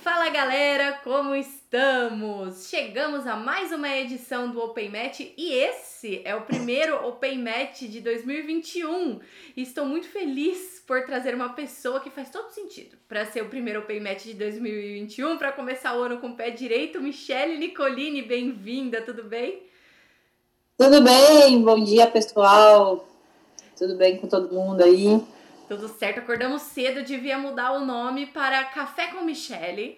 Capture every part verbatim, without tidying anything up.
Fala galera, como estamos? Chegamos a mais uma edição do Open Match e esse é o primeiro Open Match de dois mil e vinte e um. E estou muito feliz por trazer uma pessoa que faz todo sentido para ser o primeiro Open Match de dois mil e vinte e um, para começar o ano com o pé direito. Michele Nicolini, bem-vinda, tudo bem? Tudo bem? Bom dia, pessoal. Tudo bem com todo mundo aí? Tudo certo, acordamos cedo, devia mudar o nome para Café com Michele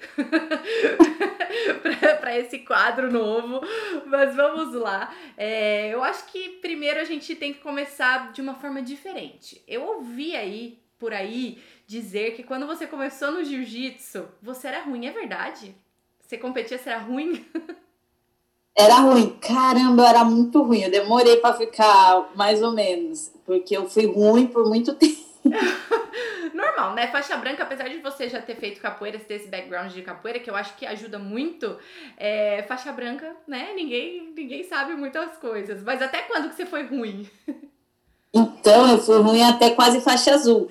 para esse quadro novo, mas vamos lá. É, eu acho que primeiro a gente tem que começar de uma forma diferente. Eu ouvi aí, por aí, dizer que quando você começou no jiu-jitsu, você era ruim, é verdade? Você competia, você era ruim? Era ruim. Caramba, eu era muito ruim. Eu demorei para ficar mais ou menos, porque eu fui ruim por muito tempo. Normal, né? Faixa branca, apesar de você já ter feito capoeira, ter esse background de capoeira, que eu acho que ajuda muito, é, faixa branca, né? Ninguém, ninguém sabe muitas coisas. Mas até quando que você foi ruim? Então, eu fui ruim até quase faixa azul.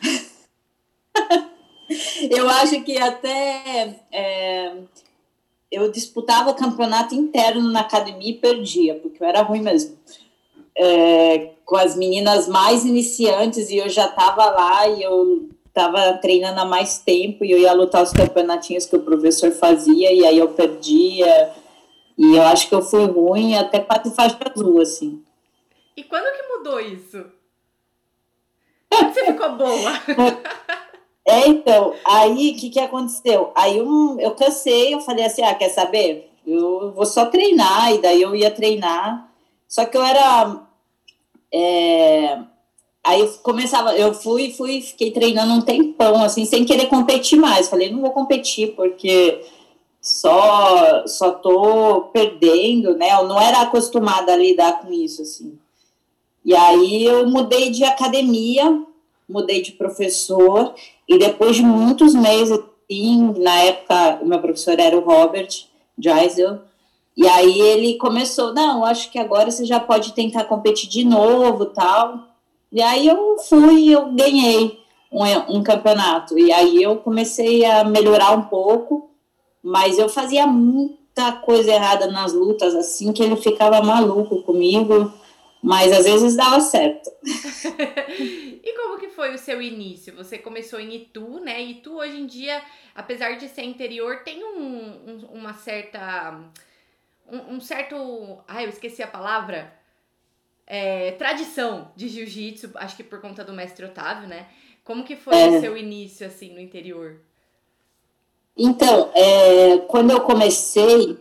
Eu acho que até é, eu disputava campeonato interno na academia e perdia, porque eu era ruim mesmo. É, com as meninas mais iniciantes e eu já estava lá e eu estava treinando há mais tempo e eu ia lutar os campeonatinhos que o professor fazia e aí eu perdia e eu acho que eu fui ruim até quase faixa azul, assim. E quando que mudou isso? Quando você ficou boa? É, então, aí o que, que aconteceu? Aí eu, eu cansei, eu falei assim, ah, quer saber? Eu vou só treinar, e daí eu ia treinar, só que eu era... É, aí eu começava, eu fui, fui, fiquei treinando um tempão, assim, sem querer competir mais. Falei, não vou competir, porque só, só tô perdendo, né? Eu não era acostumada a lidar com isso, assim. E aí eu mudei de academia, mudei de professor, e depois de muitos meses, assim, na época, o meu professor era o Robert Geisel, e aí ele começou, não, acho que agora você já pode tentar competir de novo, tal. E aí eu fui, eu ganhei um, um campeonato. E aí eu comecei a melhorar um pouco, mas eu fazia muita coisa errada nas lutas, assim, que ele ficava maluco comigo, mas às vezes dava certo. E como que foi o seu início? Você começou em Itu, né? Itu hoje em dia, apesar de ser interior, tem um, um- uma certa... Um, um certo... Ai, eu esqueci a palavra. É, tradição de jiu-jitsu, acho que por conta do mestre Otávio, né? Como que foi o É, seu início, assim, no interior? então, é, quando eu comecei,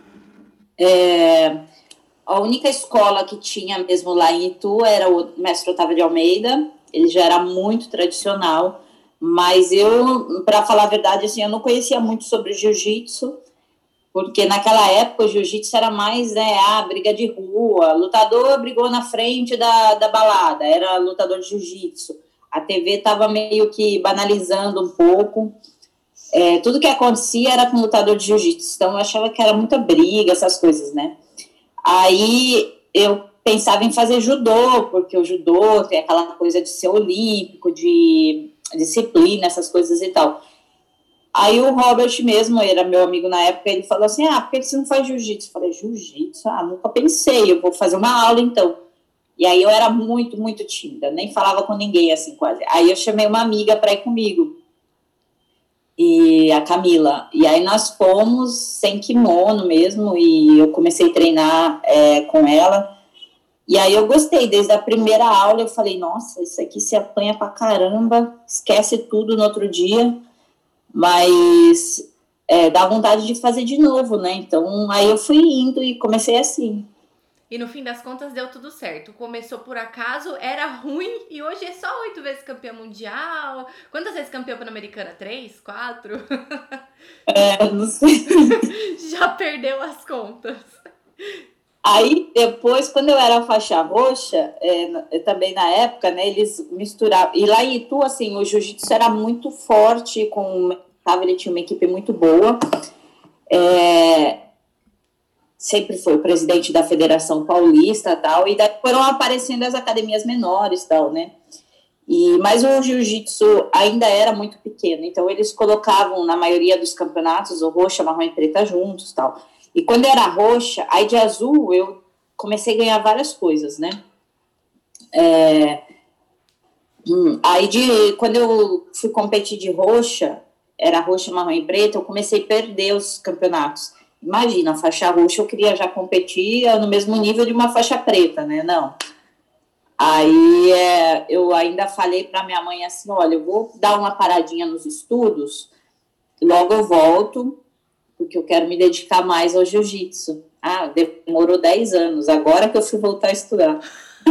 a única escola que tinha mesmo lá em Itu era o mestre Otávio de Almeida, ele já era muito tradicional, mas eu, para falar a verdade, assim, eu não conhecia muito sobre jiu-jitsu, porque naquela época o jiu-jitsu era mais, né, ah, briga de rua, lutador brigou na frente da, da balada, era lutador de jiu-jitsu. A T V estava meio que banalizando um pouco, é, tudo que acontecia era com lutador de jiu-jitsu, então eu achava que era muita briga, essas coisas, né. Aí eu pensava em fazer judô, porque o judô tem aquela coisa de ser olímpico, de disciplina, essas coisas e tal. Aí o Robert mesmo, ele era meu amigo na época, ele falou assim, ah, por que você não faz jiu-jitsu? Eu falei, jiu-jitsu? Ah, nunca pensei, eu vou fazer uma aula então. E aí eu era muito, muito tímida, nem falava com ninguém assim quase. Aí eu chamei uma amiga para ir comigo, e a Camila. E aí nós fomos sem kimono mesmo, e eu comecei a treinar é, com ela. E aí eu gostei, desde a primeira aula eu falei, nossa, isso aqui se apanha pra caramba, esquece tudo no outro dia, mas é, dá vontade de fazer de novo, né? Então aí eu fui indo e comecei assim. E no fim das contas deu tudo certo. Começou por acaso, era ruim e hoje é só oito vezes campeã mundial. Quantas vezes campeã pan-americana? Três? Quatro? É, não sei. Já perdeu as contas. Aí depois, quando eu era faixa roxa, é, também na época, né, eles misturavam. E lá em Itu, assim, o jiu-jitsu era muito forte, com, sabe, ele tinha uma equipe muito boa. É, sempre foi o presidente da Federação Paulista e tal, e daí foram aparecendo as academias menores tal, né? E, mas o jiu-jitsu ainda era muito pequeno, então eles colocavam na maioria dos campeonatos o roxa, marrom e preta juntos, tal. E quando era roxa, aí de azul eu comecei a ganhar várias coisas, né? É, hum, aí de quando eu fui competir de roxa, era roxa, marrom e preta, eu comecei a perder os campeonatos. Imagina, faixa roxa eu queria já competir no mesmo nível de uma faixa preta, né? Não. Aí é, eu ainda falei para minha mãe assim, olha, eu vou dar uma paradinha nos estudos, logo eu volto, porque eu quero me dedicar mais ao jiu-jitsu. Ah, demorou dez anos, agora que eu fui voltar a estudar.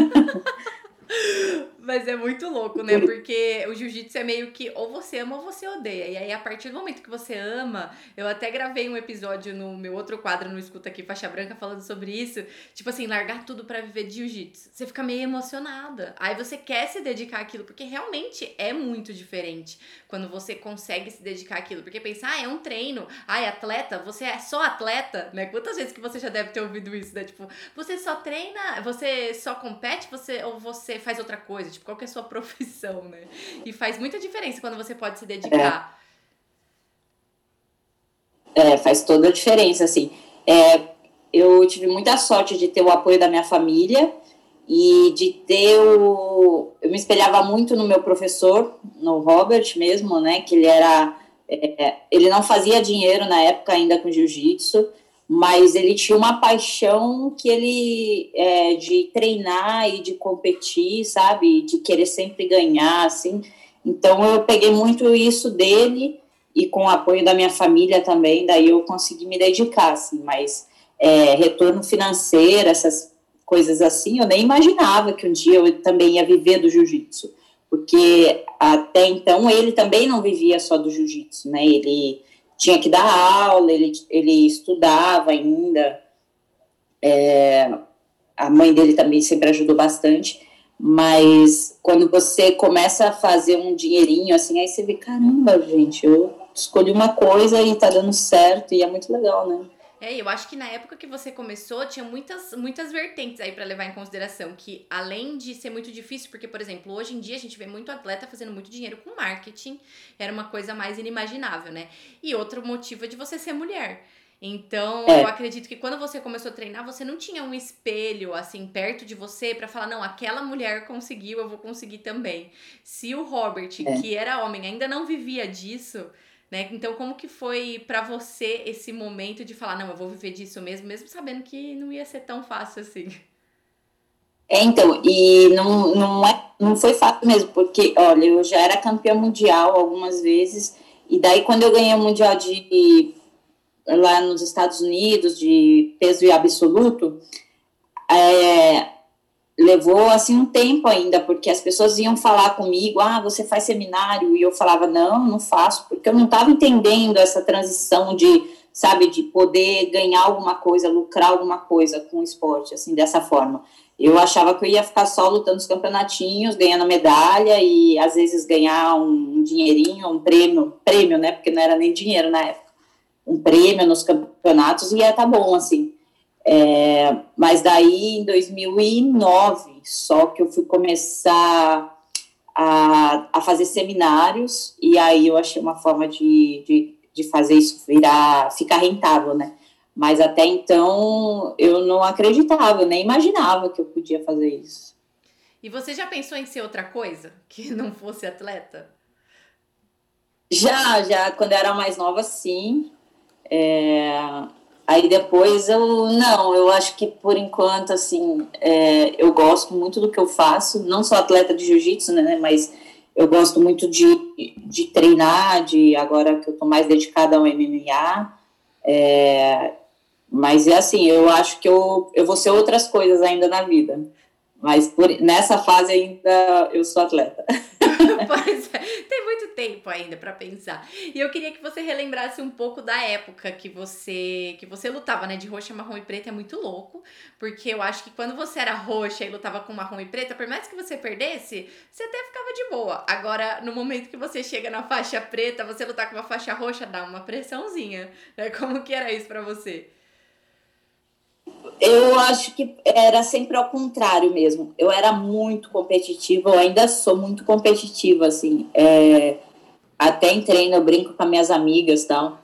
Mas é muito louco, né? Porque o jiu-jitsu é meio que ou você ama ou você odeia. E aí, a partir do momento que você ama, eu até gravei um episódio no meu outro quadro no Escuta Aqui, Faixa Branca, falando sobre isso. Tipo assim, largar tudo pra viver de jiu-jitsu. Você fica meio emocionada. Aí você quer se dedicar àquilo, porque realmente é muito diferente quando você consegue se dedicar àquilo. Porque pensar, ah, é um treino. Ah, é atleta? Você é só atleta? Né? Quantas vezes que você já deve ter ouvido isso, né? Tipo, você só treina, você só compete, você ou você faz outra coisa, tipo, qual que é a sua profissão, né? E faz muita diferença quando você pode se dedicar. É, é, faz toda a diferença, assim. É, eu tive muita sorte de ter o apoio da minha família e de ter o... Eu me espelhava muito no meu professor, no Robert mesmo, né, que ele era... É, ele não fazia dinheiro na época ainda com jiu-jitsu, mas ele tinha uma paixão que ele... É, de treinar e de competir, sabe? De querer sempre ganhar, assim. Então, eu peguei muito isso dele e com o apoio da minha família também, daí eu consegui me dedicar, assim, mas é, retorno financeiro, essas coisas assim, eu nem imaginava que um dia eu também ia viver do jiu-jitsu, porque até então ele também não vivia só do jiu-jitsu, né, ele tinha que dar aula, ele, ele estudava ainda, é, a mãe dele também sempre ajudou bastante, mas quando você começa a fazer um dinheirinho, assim, aí você vê, caramba, gente, eu escolhi uma coisa e tá dando certo, e é muito legal, né? É, eu acho que na época que você começou, tinha muitas, muitas vertentes aí pra levar em consideração, que além de ser muito difícil, porque, por exemplo, hoje em dia a gente vê muito atleta fazendo muito dinheiro com marketing, era uma coisa mais inimaginável, né? E outro motivo é de você ser mulher. Então, eu É, acredito que quando você começou a treinar, você não tinha um espelho assim perto de você pra falar, não, aquela mulher conseguiu, eu vou conseguir também. Se o Robert, é. que era homem, ainda não vivia disso, né? Então, como que foi pra você esse momento de falar, não, eu vou viver disso mesmo, mesmo sabendo que não ia ser tão fácil assim? É, então, e não, não, é, não foi fácil mesmo, porque, olha, eu já era campeã mundial algumas vezes, e daí quando eu ganhei o Mundial de lá nos Estados Unidos, de peso e absoluto, é, levou assim um tempo ainda, porque as pessoas iam falar comigo, ah, você faz seminário, e eu falava, não, não faço, porque eu não estava entendendo essa transição de, sabe, de poder ganhar alguma coisa, lucrar alguma coisa com o esporte, assim, dessa forma. Eu achava que eu ia ficar só lutando os campeonatinhos, ganhando medalha e às vezes ganhar um dinheirinho, um prêmio, prêmio, né, porque não era nem dinheiro na época, um prêmio nos campeonatos e ia tá bom, assim. É, mas daí, em dois mil e nove, só que eu fui começar a, a fazer seminários, e aí eu achei uma forma de, de, de fazer isso virar, ficar rentável, né? Mas até então eu não acreditava, eu nem imaginava que eu podia fazer isso. E você já pensou em ser outra coisa que não fosse atleta? Já, já, quando eu era mais nova, sim. É, aí depois eu, não, eu acho que por enquanto, assim, é, eu gosto muito do que eu faço, não sou atleta de jiu-jitsu, né, mas eu gosto muito de, de treinar, de agora que eu tô mais dedicada ao M M A, é, mas é assim, eu acho que eu, eu vou ser outras coisas ainda na vida, mas por, nessa fase ainda eu sou atleta. Pois é, tem muito tempo ainda pra pensar. E eu queria que você relembrasse um pouco da época que você que você lutava, né, de roxa, marrom e preta, é muito louco, porque eu acho que quando você era roxa e lutava com marrom e preta, por mais que você perdesse, você até ficava de boa. Agora, no momento que você chega na faixa preta, você lutar com uma faixa roxa dá uma pressãozinha, né? Como que era isso pra você? Eu acho que era sempre ao contrário mesmo. Eu era muito competitiva, eu ainda sou muito competitiva, assim. É, até em treino eu brinco com as minhas amigas e tal.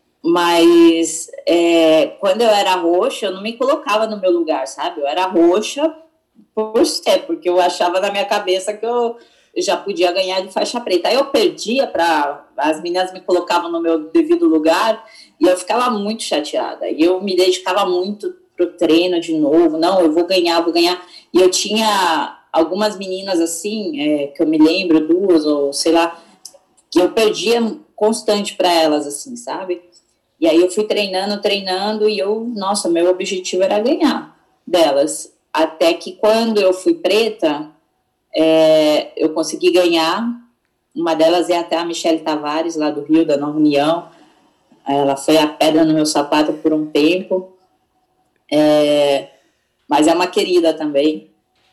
Mas é, quando eu era roxa, eu não me colocava no meu lugar, sabe? Eu era roxa por ser, porque eu achava na minha cabeça que eu já podia ganhar de faixa preta. Aí eu perdia para as meninas me colocavam no meu devido lugar e eu ficava muito chateada. E eu me dedicava muito pro treino de novo. Não, eu vou ganhar, vou ganhar. E eu tinha algumas meninas assim, é, que eu me lembro, duas ou sei lá, que eu perdia constante para elas, assim, sabe? E aí eu fui treinando, treinando e eu, nossa, meu objetivo era ganhar delas. Até que quando eu fui preta, é, eu consegui ganhar. Uma delas é até a Michele Tavares, lá do Rio, da Nova União. Ela foi a pedra no meu sapato por um tempo. É, mas é uma querida também.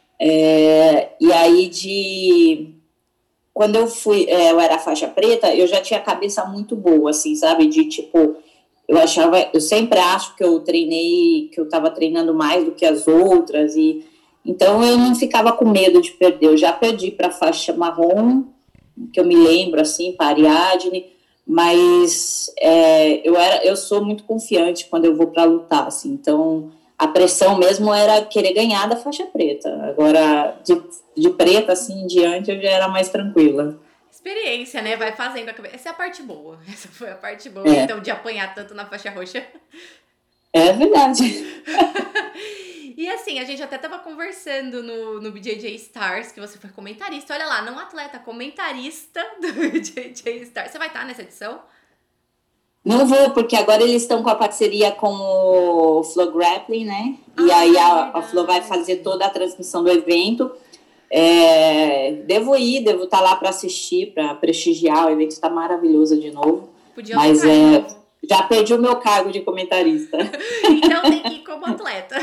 É, e aí, de quando eu fui, é, eu era faixa preta, eu já tinha a cabeça muito boa, assim, sabe? De tipo, eu achava, eu sempre acho que eu treinei, que eu estava treinando mais do que as outras, e então eu não ficava com medo de perder. Eu já perdi para faixa marrom, que eu me lembro, assim, para Ariadne, mas é, eu, era, eu sou muito confiante quando eu vou para lutar, assim, então a pressão mesmo era querer ganhar da faixa preta. Agora, de, de preta, assim, em diante, eu já era mais tranquila. Experiência, né? Vai fazendo a cabeça. Essa é a parte boa. Essa foi a parte boa, É, então, de apanhar tanto na faixa roxa. é verdade. E assim, a gente até tava conversando no, no B J J Stars, que você foi comentarista. Olha lá, não atleta, comentarista do B J J Stars. Você vai estar nessa edição? Não vou, porque agora eles estão com a parceria com o Flow Grappling, né? E aí Ah, é a, a Flow vai fazer verdade. toda a transmissão do evento. É, devo ir, devo estar lá para assistir, para prestigiar. O evento está maravilhoso de novo. Podia Mas levar de é, novo. já perdi o meu cargo de comentarista. Então tem que ir como atleta.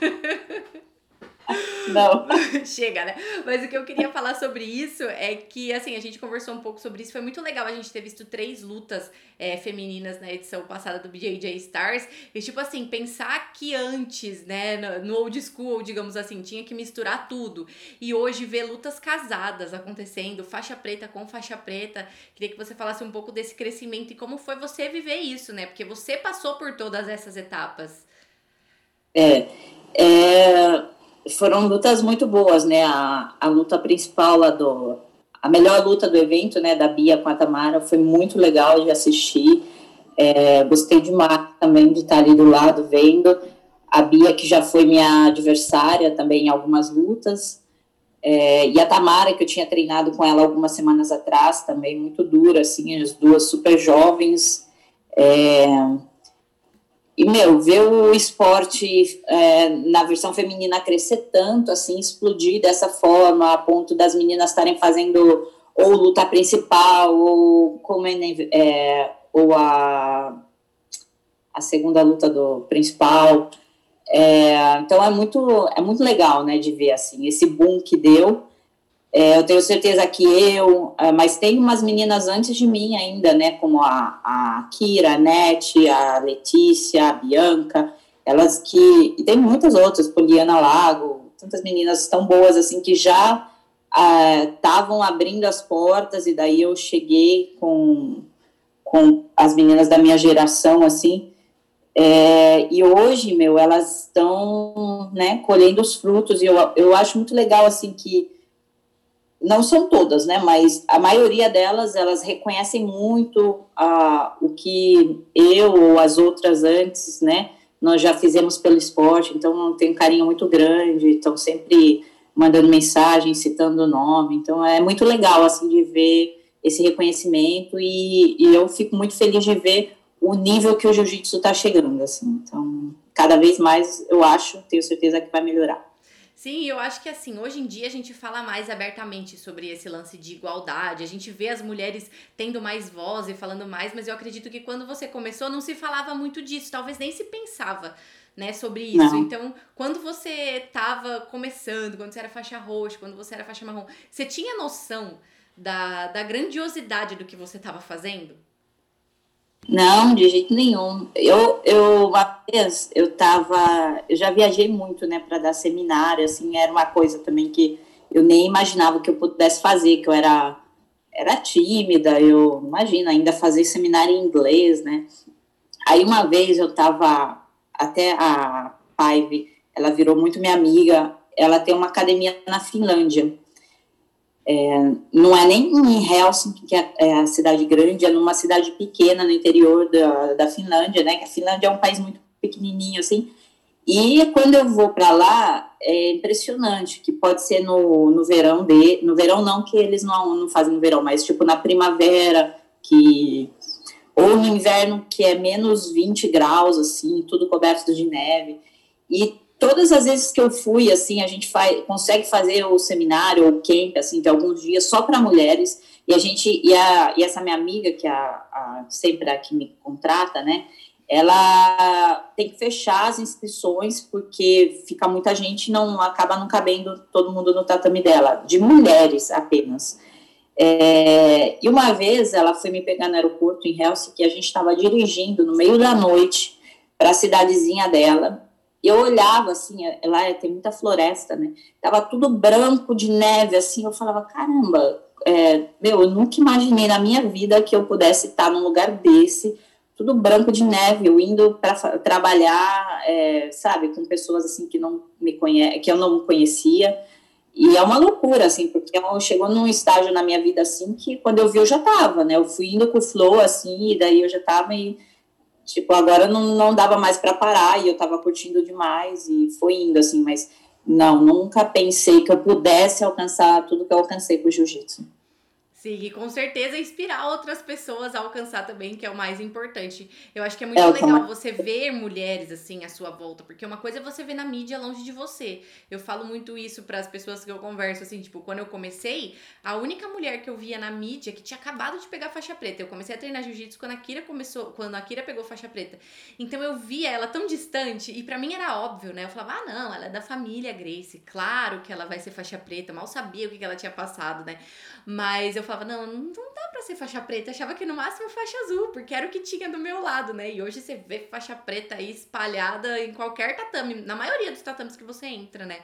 Não. Chega, né? Mas o que eu queria falar sobre isso é que, assim, a gente conversou um pouco sobre isso. Foi muito legal a gente ter visto três lutas é, femininas na edição passada do B J J Stars. E, tipo assim, pensar que antes, né, no, no old school, digamos assim, tinha que misturar tudo. E hoje ver lutas casadas acontecendo, faixa preta com faixa preta. Queria que você falasse um pouco desse crescimento e como foi você viver isso, né? Porque você passou por todas essas etapas. É, é, foram lutas muito boas, né? A, a luta principal lá do. A melhor luta do evento, né? Da Bia com a Tamara, foi muito legal de assistir. É, gostei demais também de estar ali do lado vendo. A Bia, que já foi minha adversária também em algumas lutas. É, e a Tamara, que eu tinha treinado com ela algumas semanas atrás, também muito dura, assim, as duas super jovens. É, e, meu, ver o esporte é, na versão feminina crescer tanto, assim, explodir dessa forma, a ponto das meninas estarem fazendo ou luta principal, ou como é, é, ou a, a segunda luta do principal. É, então é muito, é muito legal, né, de ver, assim, esse boom que deu. É, eu tenho certeza que eu, é, mas tem umas meninas antes de mim ainda, né, como a, a Kira, a Nete, a Letícia, a Bianca, elas que, e tem muitas outras, Poliana Lago, tantas meninas tão boas, assim, que já estavam ah, abrindo as portas, e daí eu cheguei com, com as meninas da minha geração, assim, é, e hoje, meu, elas estão, né, colhendo os frutos, e eu, eu acho muito legal, assim, que não são todas, né, mas a maioria delas, elas reconhecem muito ah, o que eu ou as outras antes, né, nós já fizemos pelo esporte, então tem um carinho muito grande, estão sempre mandando mensagem, citando o nome, então é muito legal, assim, de ver esse reconhecimento, e, e eu fico muito feliz de ver o nível que o jiu-jitsu está chegando, assim, então cada vez mais eu acho, tenho certeza que vai melhorar. Sim, eu acho que assim, hoje em dia a gente fala mais abertamente sobre esse lance de igualdade, a gente vê as mulheres tendo mais voz e falando mais, mas eu acredito que quando você começou não se falava muito disso, talvez nem se pensava, né, sobre isso. Não. Então, quando você tava começando, quando você era faixa roxa, quando você era faixa marrom, você tinha noção da, da grandiosidade do que você tava fazendo? Não, de jeito nenhum. Eu, eu uma vez, eu tava, eu já viajei muito, né, para dar seminário, assim, era uma coisa também que eu nem imaginava que eu pudesse fazer, que eu era, era tímida, eu, imagina, ainda fazer seminário em inglês, né. Aí uma vez eu tava, até a Paive, ela virou muito minha amiga, ela tem uma academia na Finlândia. É, não é nem em Helsinki, que é, é a cidade grande, é numa cidade pequena no interior da, da Finlândia, né? Que a Finlândia é um país muito pequenininho, assim. E quando eu vou para lá, é impressionante, que pode ser no, no verão, de, no verão não, que eles não, não fazem no verão, mas tipo na primavera, que, ou no inverno, que é menos vinte graus, assim, tudo coberto de neve. E todas as vezes que eu fui, assim, a gente faz, consegue fazer o seminário ou o camp, assim, de alguns dias só para mulheres, e a gente, e, a, e essa minha amiga, que é a, a, sempre a que me contrata, né, ela tem que fechar as inscrições, porque fica muita gente, não acaba não cabendo todo mundo no tatame dela, de mulheres apenas. É, e uma vez ela foi me pegar no aeroporto em Helsinki, a gente estava dirigindo no meio da noite para a cidadezinha dela, e eu olhava, assim, lá tem muita floresta, né, tava tudo branco de neve, assim, eu falava, caramba, é, meu, eu nunca imaginei na minha vida que eu pudesse estar num lugar desse, tudo branco de neve, eu indo para trabalhar, é, sabe, com pessoas, assim, que, não me conhe que eu não conhecia, e é uma loucura, assim, porque eu chegou num estágio na minha vida, assim, que quando eu vi eu já tava, né, eu fui indo com o flow, assim, e daí eu já tava e, tipo, agora não, não dava mais para parar, e eu tava curtindo demais, e foi indo, assim, mas não, nunca pensei que eu pudesse alcançar tudo que eu alcancei com o jiu-jitsu. Sim, e com certeza inspirar outras pessoas a alcançar também, que é o mais importante. Eu acho que é É muito o que eu legal você ver mulheres assim à sua volta, porque uma coisa é você ver na mídia longe de você. Eu falo muito isso para as pessoas que eu converso, assim, tipo, quando eu comecei, a única mulher que eu via na mídia que tinha acabado de pegar faixa preta. Eu comecei a treinar jiu-jitsu quando a Kira começou, quando a Kira pegou faixa preta. Então eu via ela tão distante e para mim era óbvio, né? Eu falava: "Ah, não, ela é da família Gracie, claro que ela vai ser faixa preta". Mal sabia o que ela tinha passado, né? Mas eu falava, não, não dá pra ser faixa preta. Eu achava que no máximo faixa azul, porque era o que tinha do meu lado, né? E hoje você vê faixa preta aí espalhada em qualquer tatame, na maioria dos tatames que você entra, né?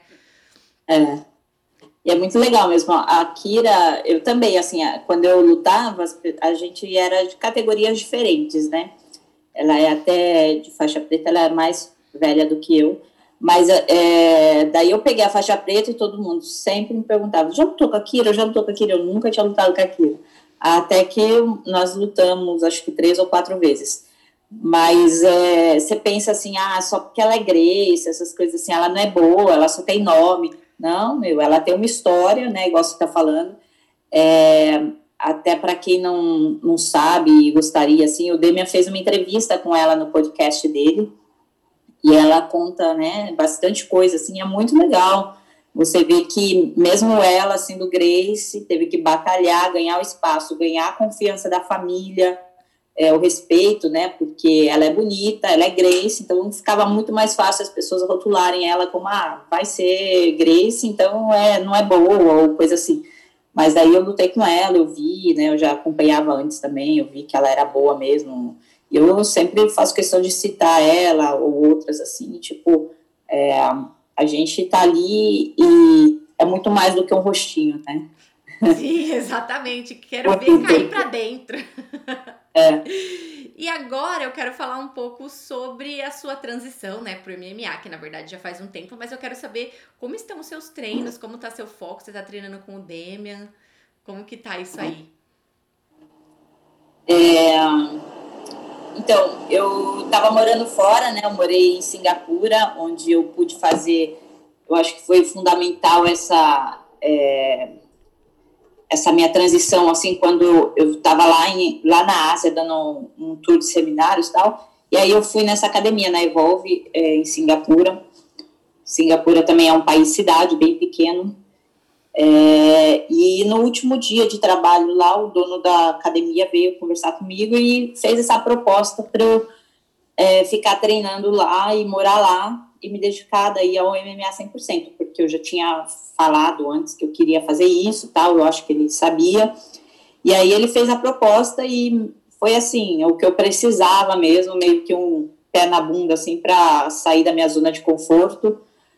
É, e é muito legal mesmo. A Kira, eu também, assim, quando eu lutava, a gente era de categorias diferentes, né? Ela é até de faixa preta, ela é mais velha do que eu. Mas é, daí eu peguei a faixa preta e todo mundo sempre me perguntava, já lutou com a Kira? Eu já lutou com a Kira? Eu nunca tinha lutado com a Kira. Até que nós lutamos, acho que três ou quatro vezes. Mas é, você pensa assim, ah, só porque ela é Grace, essas coisas assim, ela não é boa, ela só tem nome. Não, meu, ela tem uma história, né, igual você está falando. É, até para quem não, não sabe e gostaria, assim, o Demian fez uma entrevista com ela no podcast dele, e ela conta, né, bastante coisa, assim, é muito legal. Você vê que mesmo ela sendo Grace, teve que batalhar, ganhar o espaço, ganhar a confiança da família, é, o respeito, né, porque ela é bonita, ela é Grace, então ficava muito mais fácil as pessoas rotularem ela como, ah, vai ser Grace, então é, não é boa, ou coisa assim. Mas daí eu lutei com ela, eu vi, né, eu já acompanhava antes também, eu vi que ela era boa mesmo. Eu sempre faço questão de citar ela ou outras assim, tipo, é, a gente tá ali e é muito mais do que um rostinho, né? Sim, exatamente. Quero ver cair pra dentro. É. E agora eu quero falar um pouco sobre a sua transição, né, pro M M A, que na verdade já faz um tempo, mas eu quero saber como estão os seus treinos, como tá seu foco, você tá treinando com o Demian, como que tá isso aí? É, então, eu estava morando fora, né? Eu morei em Singapura, onde eu pude fazer, eu acho que foi fundamental essa é, essa minha transição, assim, quando eu estava lá, em, lá na Ásia, dando um, um tour de seminários e tal, e aí eu fui nessa academia, na Evolve, é, em Singapura. Singapura também é um país-cidade, bem pequeno. É, e no último dia de trabalho lá, o dono da academia veio conversar comigo e fez essa proposta para eu é, ficar treinando lá e morar lá e me dedicar daí ao M M A cem por cento, porque eu já tinha falado antes que eu queria fazer isso, tal, eu acho que ele sabia. E aí ele fez a proposta e foi assim, o que eu precisava mesmo, meio que um pé na bunda, assim, para sair da minha zona de conforto.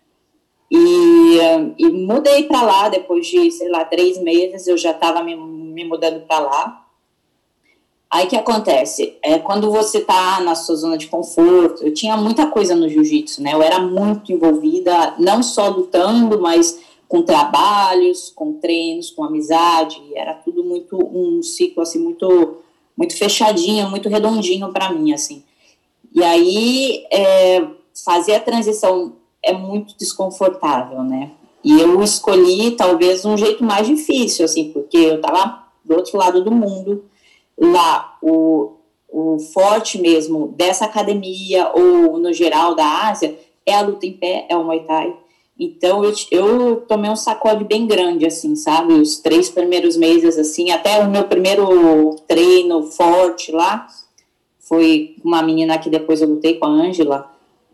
E, e mudei para lá, depois de, sei lá, três meses, eu já estava me, me mudando para lá. Aí o que acontece? É, quando você está na sua zona de conforto, eu tinha muita coisa no jiu-jitsu, né? Eu era muito envolvida, não só lutando, mas com trabalhos, com treinos, com amizade. Era tudo muito, um ciclo, assim, muito, muito fechadinho, muito redondinho para mim, assim. E aí, é, fazer a transição é muito desconfortável, né? E eu escolhi, talvez, um jeito mais difícil, assim, porque eu estava do outro lado do mundo. Lá, o, o forte mesmo dessa academia, ou no geral da Ásia, é a luta em pé, é o Muay Thai. Então, eu, eu tomei um sacode bem grande, assim, sabe? Os três primeiros meses, assim, até o meu primeiro treino forte lá, foi uma menina que depois eu lutei com a Ângela,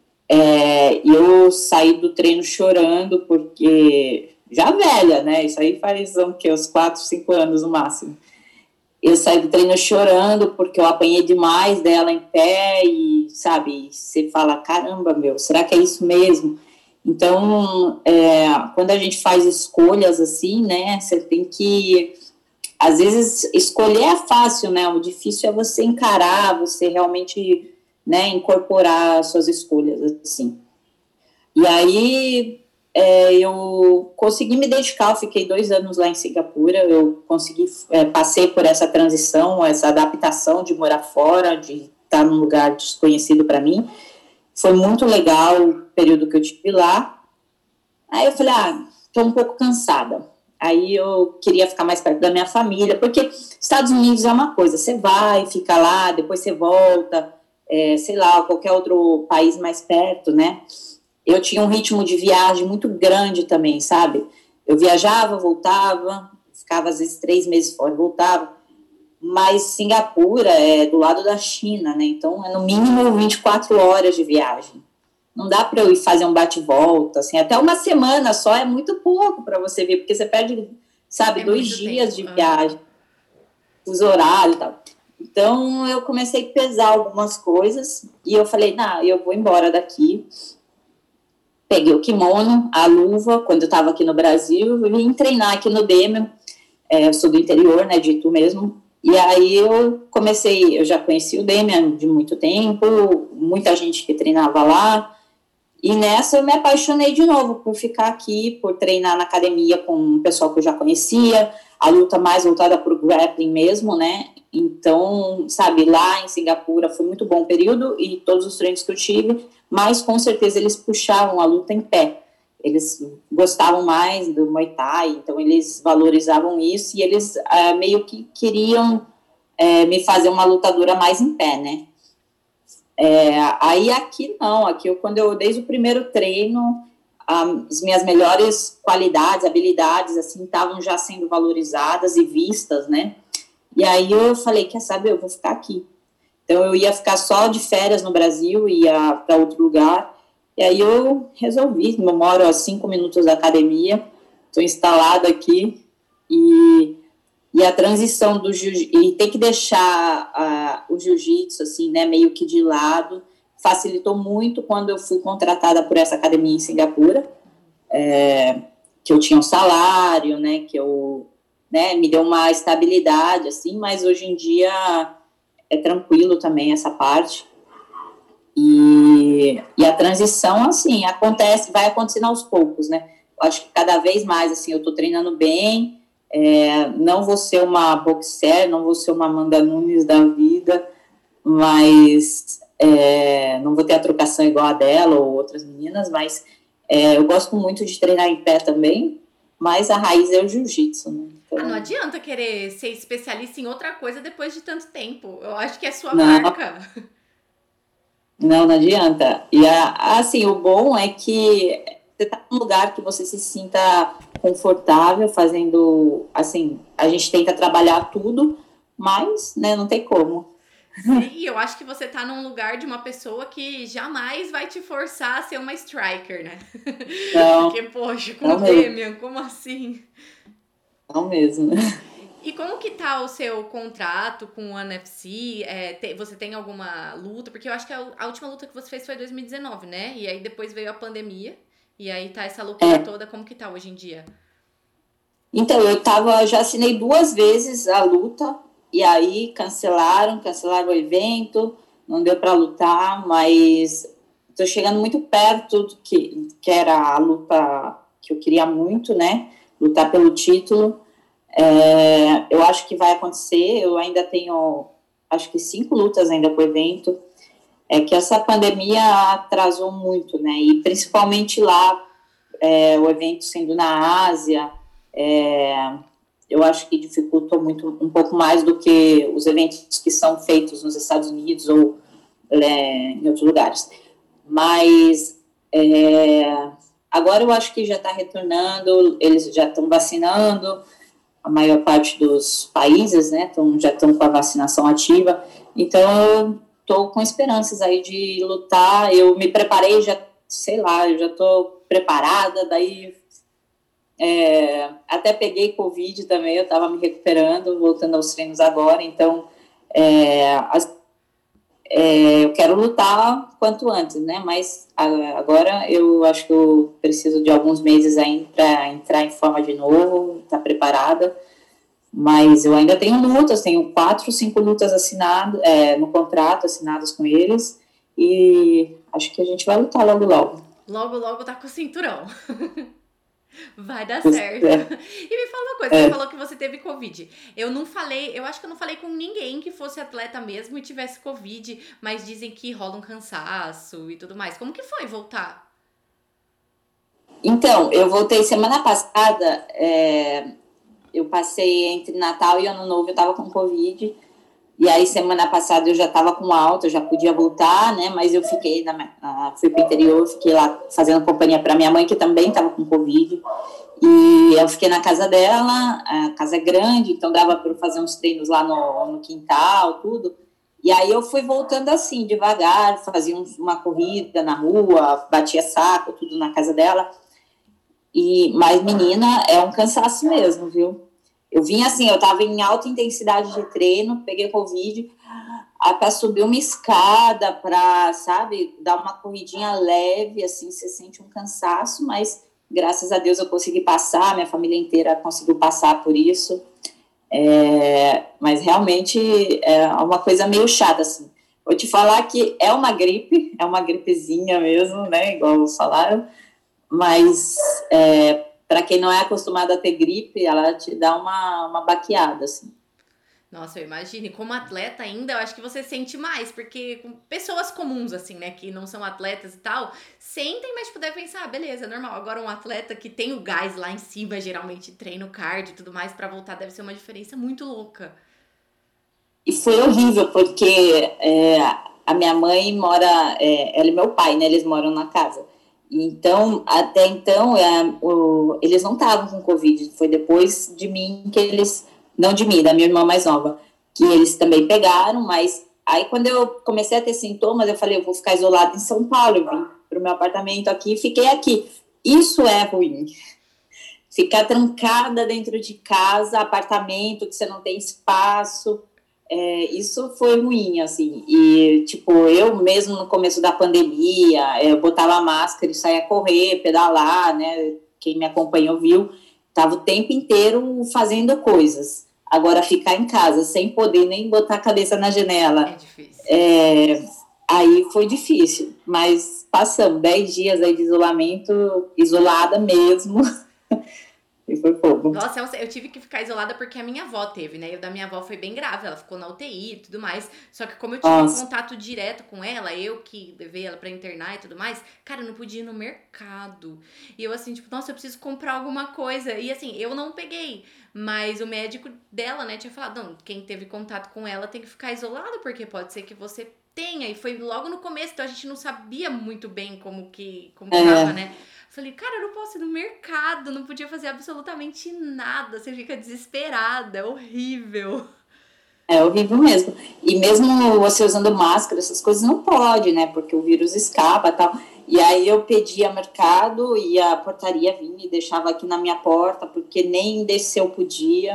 é, e eu saí do treino chorando, porque já velha, né? Isso aí faz o quê? Uns quatro, cinco anos no máximo. Eu saí do treino chorando porque eu apanhei demais dela em pé e, sabe, você fala, caramba, meu, será que é isso mesmo? Então, é, quando a gente faz escolhas assim, né, você tem que, às vezes, escolher é fácil, né, o difícil é você encarar, você realmente, né, incorporar suas escolhas, assim. E aí, é, eu consegui me dedicar, eu fiquei dois anos lá em Singapura, eu consegui, é, passei por essa transição, essa adaptação de morar fora, de estar num lugar desconhecido para mim. Foi muito legal o período que eu tive lá. Aí eu falei, ah, estou um pouco cansada. Aí eu queria ficar mais perto da minha família, porque Estados Unidos é uma coisa, você vai, fica lá, depois você volta, é, sei lá, qualquer outro país mais perto, né? Eu tinha um ritmo de viagem muito grande também, sabe? Eu viajava, voltava, ficava às vezes três meses fora, voltava. Mas Singapura é do lado da China, né? Então é no mínimo vinte e quatro horas de viagem. Não dá para eu ir fazer um bate-volta, assim, até uma semana só é muito pouco para você ver, porque você perde, sabe, É dois muito dias tempo. de viagem, os horários e tal. Então eu comecei a pesar algumas coisas e eu falei, não, eu vou embora daqui. Peguei o kimono, a luva, quando eu estava aqui no Brasil, e vim treinar aqui no Demian, é, eu sou do interior, né, de Itu mesmo, e aí eu comecei, eu já conheci o Demian de muito tempo, muita gente que treinava lá, e nessa eu me apaixonei de novo por ficar aqui, por treinar na academia com um pessoal que eu já conhecia, a luta mais voltada para o grappling mesmo, né, então, sabe, lá em Singapura foi muito bom o período, e todos os treinos que eu tive, mas com certeza eles puxavam a luta em pé. Eles gostavam mais do Muay Thai, então eles valorizavam isso e eles ah, meio que queriam é, me fazer uma lutadora mais em pé, né? É, aí aqui não, aqui eu, quando eu, desde o primeiro treino, as minhas melhores qualidades, habilidades, assim, estavam já sendo valorizadas e vistas, né? E aí eu falei, quer saber, eu vou ficar aqui. Então, eu ia ficar só de férias no Brasil, ia para outro lugar. E aí eu resolvi, eu moro a cinco minutos da academia, estou instalada aqui. E, e a transição do jiu-jitsu, e ter que deixar uh, o jiu-jitsu, assim, né, meio que de lado, facilitou muito quando eu fui contratada por essa academia em Singapura, é, que eu tinha um salário, né, que eu, né, me deu uma estabilidade, assim, mas hoje em dia é tranquilo também essa parte, e, e a transição, assim, acontece, vai acontecendo aos poucos, né, eu acho que cada vez mais, assim, eu tô treinando bem, é, não vou ser uma boxer, não vou ser uma Amanda Nunes da vida, mas é, não vou ter a trocação igual a dela ou outras meninas, mas é, eu gosto muito de treinar em pé também, mas a raiz é o jiu-jitsu, né? Então, ah, não adianta querer ser especialista em outra coisa depois de tanto tempo. Eu acho que é sua não, marca. não, não adianta. E a, assim, o bom é que você está num lugar que você se sinta confortável fazendo, assim, a gente tenta trabalhar tudo, mas, né, não tem como. Sim, eu acho que você tá num lugar de uma pessoa que jamais vai te forçar a ser uma striker, né? Não, Porque, poxa, com o não mesmo, Demian, como assim? não mesmo. E como que tá o seu contrato com o N F C? É, te- você tem alguma luta? Porque eu acho que a, a última luta que você fez foi em dois mil e dezenove, né? E aí depois veio a pandemia. E aí tá essa loucura É, toda. Como que tá hoje em dia? então, eu tava, já assinei duas vezes a luta, e aí cancelaram, cancelaram o evento, não deu para lutar, mas estou chegando muito perto do que, que era a luta que eu queria muito, né? Lutar pelo título. É, eu acho que vai acontecer, eu ainda tenho, acho que cinco lutas ainda para o evento. É que essa pandemia atrasou muito, né? E principalmente lá, é, o evento sendo na Ásia, é, eu acho que dificultou muito, um pouco mais do que os eventos que são feitos nos Estados Unidos ou é, em outros lugares. Mas é, agora eu acho que já está retornando, eles já estão vacinando, a maior parte dos países, né, tão, já estão com a vacinação ativa, então eu estou com esperanças aí de lutar, eu me preparei, já, sei lá, eu já estou preparada, daí é, até peguei Covid também, eu estava me recuperando, voltando aos treinos agora, então é, as, é, eu quero lutar quanto antes, né? Mas agora eu acho que eu preciso de alguns meses ainda para entrar em forma de novo, estar tá preparada. Mas eu ainda tenho lutas, tenho quatro, cinco lutas assinadas, é, no contrato, assinadas com eles, e acho que a gente vai lutar logo, logo. Logo, logo tá com o cinturão. Vai dar certo. É, E me fala uma coisa, você é. falou que você teve Covid. Eu não falei, eu acho que eu não falei com ninguém que fosse atleta mesmo e tivesse Covid, mas dizem que rola um cansaço e tudo mais. Como que foi voltar? Então, eu voltei semana passada, é, eu passei entre Natal e Ano Novo, eu estava com Covid. E aí, semana passada eu já estava com alta, eu já podia voltar, né? Mas eu fiquei, na, na, fui para o interior, fiquei lá fazendo companhia para minha mãe, que também estava com Covid. E eu fiquei na casa dela, a casa é grande, então dava para eu fazer uns treinos lá no, no quintal, tudo. E aí eu fui voltando assim, devagar, fazia uns, uma corrida na rua, batia saco, tudo na casa dela. E, mas, menina, é um cansaço mesmo, viu? Eu vim assim, eu tava em alta intensidade de treino, peguei Covid, para subir uma escada, para, sabe, dar uma corridinha leve, assim, você sente um cansaço, mas graças a Deus eu consegui passar, minha família inteira conseguiu passar por isso. É, mas realmente é uma coisa meio chata, assim. Vou te falar que é uma gripe, é uma gripezinha mesmo, né, igual falaram, mas é, para quem não é acostumado a ter gripe, ela te dá uma, uma baqueada, assim. Nossa, eu imagino. E como atleta ainda, eu acho que você sente mais, porque com pessoas comuns, assim, né, que não são atletas e tal, sentem, mas tipo, devem pensar, ah, beleza, normal. Agora um atleta que tem o gás lá em cima, geralmente treina o cardio e tudo mais, pra voltar deve ser uma diferença muito louca. E foi horrível, porque é, a minha mãe mora, é, ela e meu pai, né, eles moram na casa. Então, até então, é, o, eles não estavam com Covid, foi depois de mim que eles, não de mim, da minha irmã mais nova, que eles também pegaram, mas aí quando eu comecei a ter sintomas, eu falei, eu vou ficar isolada em São Paulo, eu vim pro meu apartamento aqui e fiquei aqui. Isso é ruim, ficar trancada dentro de casa, apartamento, que você não tem espaço, é, isso foi ruim, assim, e, tipo, eu mesmo no começo da pandemia, eu botava máscara e saía correr, pedalar, né, quem me acompanhou viu, tava o tempo inteiro fazendo coisas, agora ficar em casa, sem poder nem botar a cabeça na É janela, difícil. é, aí foi difícil, mas passamos dez dias aí de isolamento, isolada mesmo, e foi fogo. Nossa, eu eu tive que ficar isolada porque a minha avó teve, né? E o da minha avó foi bem grave, ela ficou na U T I e tudo mais. Só que como eu tive Nossa, contato direto com ela, eu que levei ela pra internar e tudo mais, cara, eu não podia ir no mercado. E eu assim, tipo, nossa, eu preciso comprar alguma coisa. E assim, eu não peguei, mas o médico dela, né, tinha falado, não, quem teve contato com ela tem que ficar isolado, porque pode ser que você tenha. E foi logo no começo, então a gente não sabia muito bem como que, como que tava, é, né? Falei, cara, eu não posso ir no mercado, não podia fazer absolutamente nada. Você fica desesperada, é horrível. é horrível mesmo. E mesmo você usando máscara, essas coisas não pode, né? Porque o vírus escapa e tal. E aí eu pedia mercado e a portaria vinha e deixava aqui na minha porta, porque nem descer eu podia.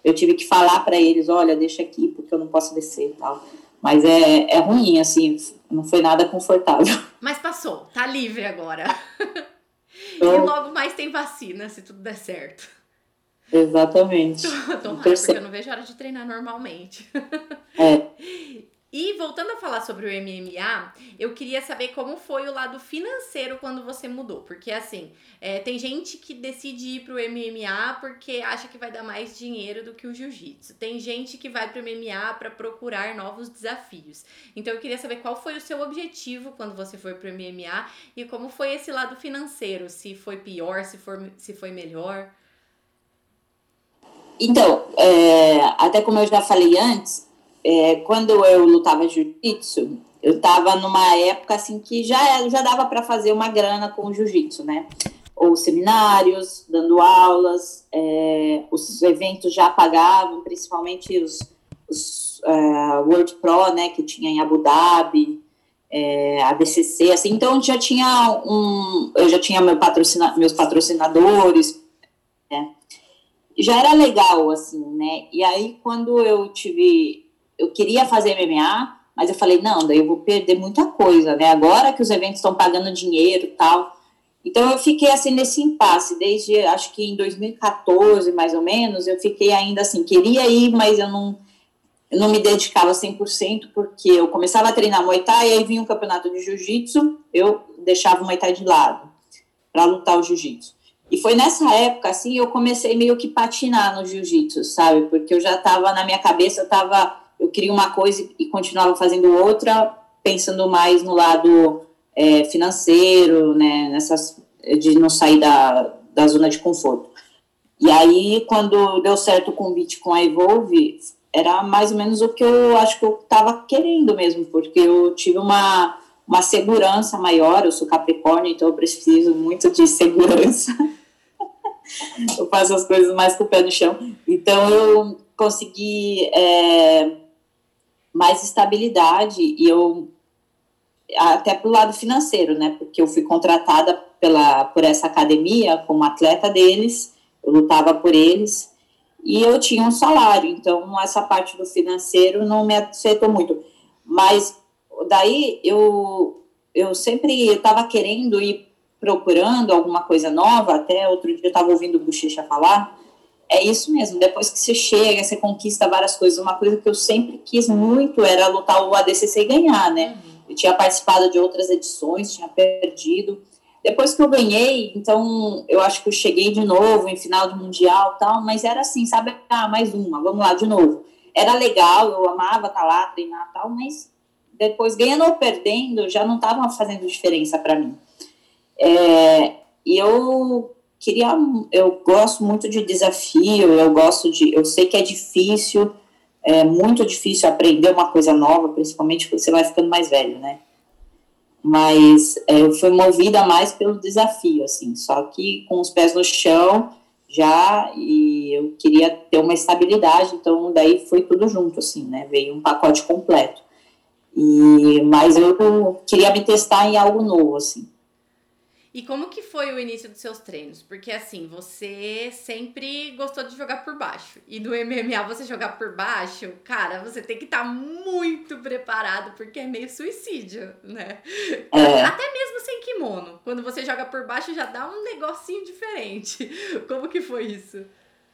eu tive que falar para eles, olha, deixa aqui, porque eu não posso descer e tal. Mas é, é ruim, assim, não foi nada confortável. Mas passou, tá livre agora. Então, e logo mais tem vacina, se tudo der certo. Exatamente. Tomara, porque eu não vejo a hora de treinar normalmente. É. E voltando a falar sobre o M M A, eu queria saber como foi o lado financeiro quando você mudou. Porque assim, é, tem gente que decide ir pro M M A porque acha que vai dar mais dinheiro do que o jiu-jitsu. Tem gente que vai pro M M A para procurar novos desafios. Então eu queria saber qual foi o seu objetivo quando você foi pro M M A e como foi esse lado financeiro. Se foi pior, se, for, se foi melhor. Então, é, até como eu já falei antes, é, quando eu lutava jiu-jitsu, eu estava numa época assim que já, já dava para fazer uma grana com o jiu-jitsu, né? Ou seminários, dando aulas, é, os eventos já pagavam, principalmente os, os uh, World Pro, né, que tinha em Abu Dhabi, é, a B C C, assim, então já tinha um, eu já tinha meu patrocina, meus patrocinadores, né? Já era legal, assim, né? E aí, quando eu tive... Eu queria fazer M M A, mas eu falei, não, daí eu vou perder muita coisa, né? Agora que os eventos estão pagando dinheiro e tal. Então, eu fiquei, assim, nesse impasse. Desde, acho que em dois mil e quatorze, mais ou menos, eu fiquei ainda assim, queria ir, mas eu não, eu não me dedicava cem por cento, porque eu começava a treinar Muay Thai, e aí vinha um campeonato de Jiu-Jitsu, eu deixava o Muay Thai de lado para lutar o Jiu-Jitsu. E foi nessa época, assim, eu comecei meio que patinar no jiu-jitsu, sabe? Porque eu já estava, na minha cabeça, eu tava, eu queria uma coisa e continuava fazendo outra, pensando mais no lado é, financeiro, né? Nessas, de não sair da, da zona de conforto. E aí, quando deu certo o convite com a Evolve, era mais ou menos o que eu acho que eu estava querendo mesmo, porque eu tive uma, uma segurança maior, eu sou Capricórnio, então eu preciso muito de segurança. Eu faço as coisas mais com o pé no chão. Então, eu consegui é, mais estabilidade e eu, até pro lado financeiro, né? Porque eu fui contratada pela, por essa academia como atleta deles, eu lutava por eles e eu tinha um salário. Então, essa parte do financeiro não me afetou muito. Mas, daí, eu, eu sempre estava querendo ir procurando alguma coisa nova, até outro dia eu estava ouvindo o Bochecha falar, é isso mesmo, depois que você chega, você conquista várias coisas, uma coisa que eu sempre quis muito era lutar o A D C C e ganhar, né? Eu tinha participado de outras edições, tinha perdido, depois que eu ganhei, então eu acho que eu cheguei de novo em final do Mundial e tal, mas era assim, sabe, ah, mais uma, vamos lá de novo. Era legal, eu amava estar lá, treinar e tal, mas depois ganhando ou perdendo, já não estava fazendo diferença para mim. É, e eu queria, eu gosto muito de desafio, eu gosto de, eu sei que é difícil, é muito difícil aprender uma coisa nova, principalmente quando você vai ficando mais velho, né? Mas é, eu fui movida mais pelo desafio, assim, só que com os pés no chão já, e eu queria ter uma estabilidade, então daí foi tudo junto, assim, né? Veio um pacote completo. E, mas eu queria me testar em algo novo, assim. E como que foi o início dos seus treinos? Porque assim, você sempre gostou de jogar por baixo. E no M M A você jogar por baixo, cara, você tem que estar tá muito preparado, porque é meio suicídio, né? É. Até mesmo sem kimono. Quando você joga por baixo já dá um negocinho diferente. Como que foi isso?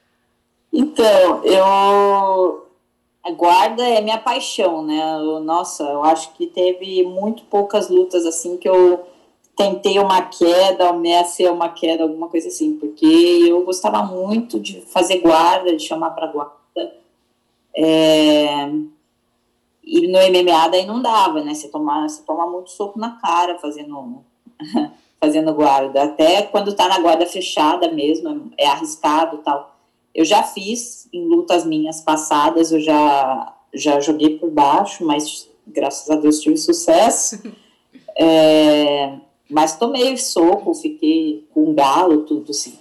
Então, eu... A guarda é minha paixão, né? Eu, nossa, eu acho que teve muito poucas lutas assim que eu tentei uma queda, ameacei uma queda, alguma coisa assim, porque eu gostava muito de fazer guarda, de chamar para guarda. É... E no M M A daí não dava, né? Você toma, você toma muito soco na cara fazendo, fazendo guarda. Até quando tá na guarda fechada mesmo, é arriscado e tal. Eu já fiz em lutas minhas passadas, eu já, já joguei por baixo, mas graças a Deus tive sucesso. É... Mas tomei soco, fiquei com galo, tudo assim.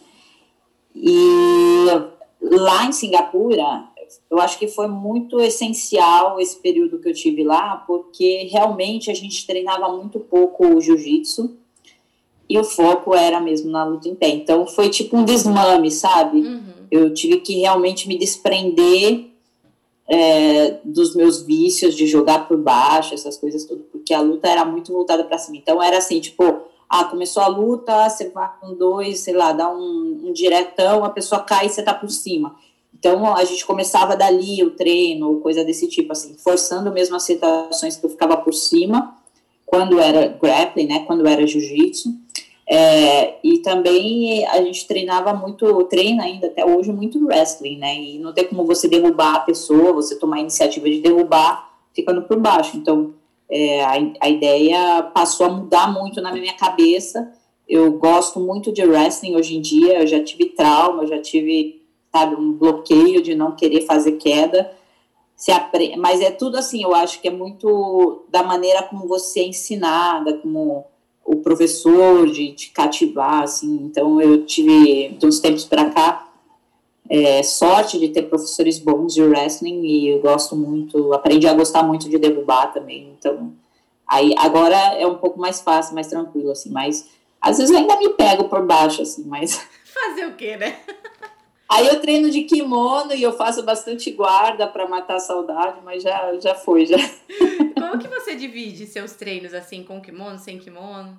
E lá em Singapura, eu acho que foi muito essencial esse período que eu tive lá, porque realmente a gente treinava muito pouco o jiu-jitsu e o foco era mesmo na luta em pé. Então foi tipo um desmame, sabe? Uhum. Eu tive que realmente me desprender é, dos meus vícios de jogar por baixo, essas coisas tudo, porque a luta era muito voltada para cima. Então era assim, tipo, ah, começou a luta, você vai com dois, sei lá, dá um, um diretão, a pessoa cai e você tá por cima. Então a gente começava dali o treino, ou coisa desse tipo, assim, forçando mesmo as situações que eu ficava por cima, quando era grappling, né, quando era jiu-jitsu. É, e também a gente treinava muito, treina ainda até hoje muito wrestling, né, e não tem como você derrubar a pessoa, você tomar a iniciativa de derrubar ficando por baixo. Então é, a, a ideia passou a mudar muito na minha cabeça. Eu gosto muito de wrestling hoje em dia, eu já tive trauma, eu já tive, sabe, um bloqueio de não querer fazer queda, se apre... mas é tudo assim, eu acho que é muito da maneira como você é ensinada, como o professor de te cativar, assim. Então eu tive, de uns tempos para cá, é, sorte de ter professores bons de wrestling, e eu gosto muito, aprendi a gostar muito de derrubar também. Então aí agora é um pouco mais fácil, mais tranquilo, assim, mas às vezes eu ainda me pego por baixo, assim, mas fazer o quê, né? Aí eu treino de kimono e eu faço bastante guarda para matar a saudade, mas já, já foi, já. Como que você divide seus treinos, assim, com kimono, sem kimono?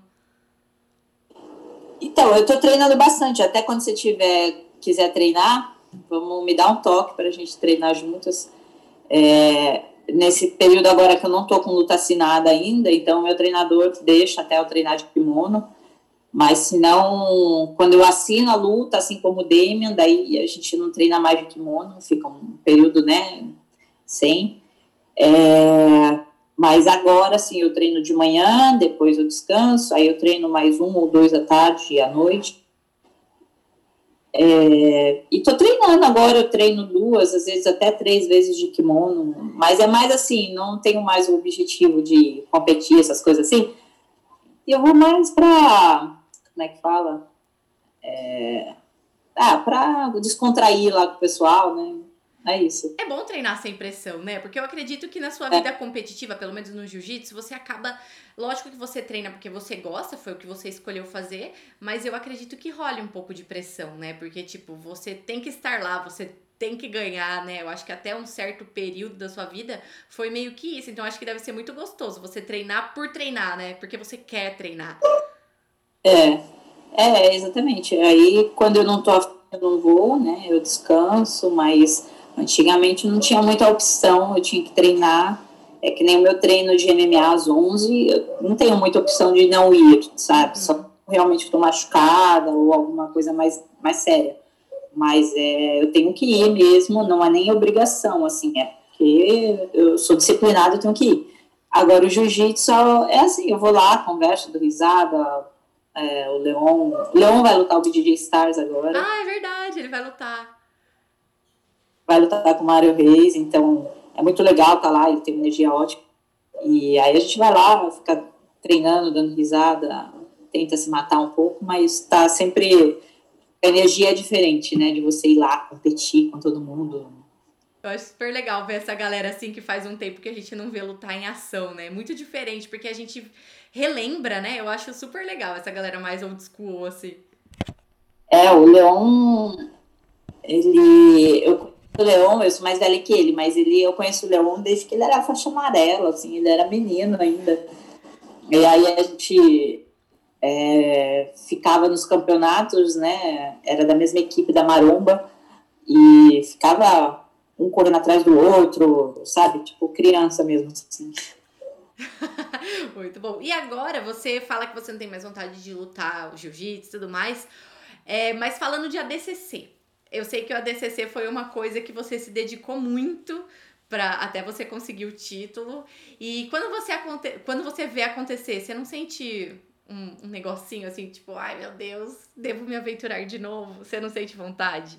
Então, eu tô treinando bastante. Até quando você tiver, quiser treinar, vamos me dar um toque pra gente treinar juntas. É, nesse período agora que eu não tô com luta assinada ainda, então meu treinador deixa até eu treinar de kimono. Mas se não, quando eu assino a luta, assim como o Demian, daí a gente não treina mais de kimono, fica um período, né, sem. É, mas agora, assim, eu treino de manhã, depois eu descanso, aí eu treino mais um ou dois à tarde e à noite. É, e tô treinando agora, eu treino duas, às vezes até três vezes de kimono, mas é mais assim, não tenho mais o objetivo de competir, essas coisas assim. E eu vou mais pra, como é que fala? É, ah, pra descontrair lá com o pessoal, né? É isso. É bom treinar sem pressão, né? Porque eu acredito que na sua É. vida competitiva, pelo menos no jiu-jitsu, você acaba. Lógico que você treina porque você gosta, foi o que você escolheu fazer, mas eu acredito que role um pouco de pressão, né? Porque, tipo, você tem que estar lá, você tem que ganhar, né? Eu acho que até um certo período da sua vida foi meio que isso. Então, eu acho que deve ser muito gostoso você treinar por treinar, né? Porque você quer treinar. É, é, exatamente. Aí, quando eu não tô afim, eu não vou, né? Eu descanso, mas antigamente não tinha muita opção, eu tinha que treinar. É que nem o meu treino de M M A às onze, eu não tenho muita opção de não ir, sabe? Só Uhum. realmente estou machucada ou alguma coisa mais, mais séria. Mas é, eu tenho que ir mesmo, não é nem obrigação, assim, é porque eu sou disciplinada, eu tenho que ir. Agora, o jiu-jitsu é assim, eu vou lá, converso, dou risada. É, o Leon, o Leon vai lutar o B J J Stars agora, Ah, é verdade, ele vai lutar. vai lutar com o Mário Reis, então é muito legal estar lá, ele tem uma energia ótima. E aí a gente vai lá, fica treinando, dando risada, tenta se matar um pouco, mas tá sempre. A energia é diferente, né? De você ir lá competir com todo mundo. Eu acho super legal ver essa galera assim que faz um tempo que a gente não vê lutar em ação, né? Muito diferente, porque a gente relembra, né? Eu acho super legal essa galera mais old school, assim. É, o Leon, ele. Eu conheço o Leon, eu sou mais velha que ele, mas ele, eu conheço o Leon desde que ele era faixa amarela, assim, ele era menino ainda. E aí a gente é, ficava nos campeonatos, né? Era da mesma equipe da Maromba e ficava um correndo atrás do outro, sabe? Tipo criança mesmo, assim. Muito bom. E agora você fala que você não tem mais vontade de lutar o jiu-jitsu e tudo mais, é, mas falando de A D C C, eu sei que o A D C C foi uma coisa que você se dedicou muito para até você conseguir o título. E quando você, aconte quando você vê acontecer, você não sente um, um negocinho assim, tipo, ai meu Deus, devo me aventurar de novo? Você não sente vontade?